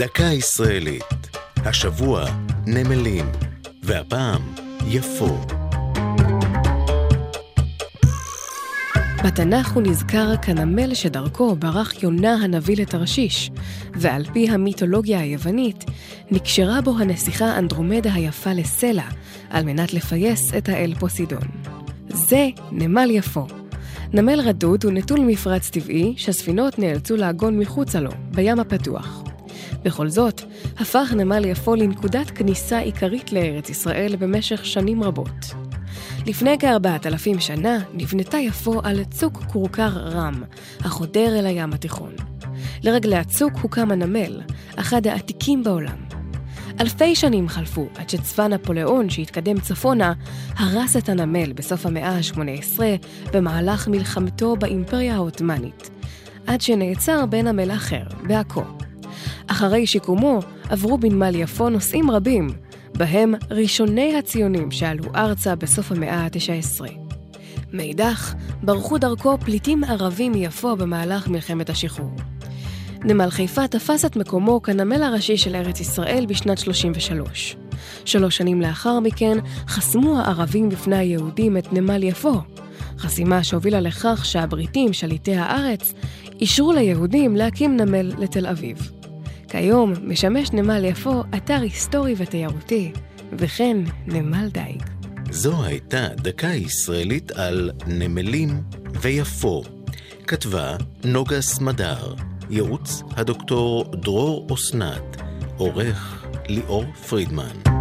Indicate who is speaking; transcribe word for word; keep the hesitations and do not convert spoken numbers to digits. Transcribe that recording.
Speaker 1: דקה ישראלית. השבוע נמלים, והפעם יפו.
Speaker 2: בתנ"ך הוא נזכר כנמל שדרכו ברח יונה הנביא לתרשיש, ועל פי המיתולוגיה היוונית, נקשרה בו הנסיכה אנדרומדה היפה לסלע, על מנת לפייס את האל פוסידון. זה נמל יפו. נמל רדוד הוא נטול מפרץ טבעי שהספינות נאלצו לעגון מחוצה לו, בים הפתוח. בכל זאת, הפך נמל יפו לנקודת כניסה עיקרית לארץ ישראל במשך שנים רבות. לפני כארבעת אלפים שנה נבנתה יפו על צוק כורכר רם, החודר אל הים התיכון. לרגלי הצוק הוקם הנמל, אחד העתיקים בעולם. אלפי שנים חלפו עד שצבא נפוליאון שהתקדם צפונה הרס את הנמל בסוף המאה ה-שמונה עשרה במהלך מלחמתו באימפריה העות'מאנית, עד שנעצר בנמל אחר, בעכו. אחרי שיקומו עברו בנמל יפו נוסעים רבים, בהם ראשוני הציונים שעלו ארצה בסוף המאה ה-תשע עשרה. מאידך, ברחו דרכו פליטים ערבים מיפו במהלך מלחמת השחרור. נמל חיפה תפס את מקומו כנמל הראשי של ארץ ישראל בשנת שלושים ושלוש. שלוש שנים לאחר מכן חסמו הערבים בפני היהודים את נמל יפו, חסימה שהובילה לכך שהבריטים, שליטי הארץ, אישרו ליהודים להקים נמל לתל אביב. כיום משמש נמל יפו אתר היסטורי ותיירותי, וכן נמל דייג.
Speaker 1: זו הייתה דקה ישראלית על נמלים ויפו. כתבה נוגה סמדר, ייעוץ הדוקטור דרור אסנת, עורך ליאור פרידמן.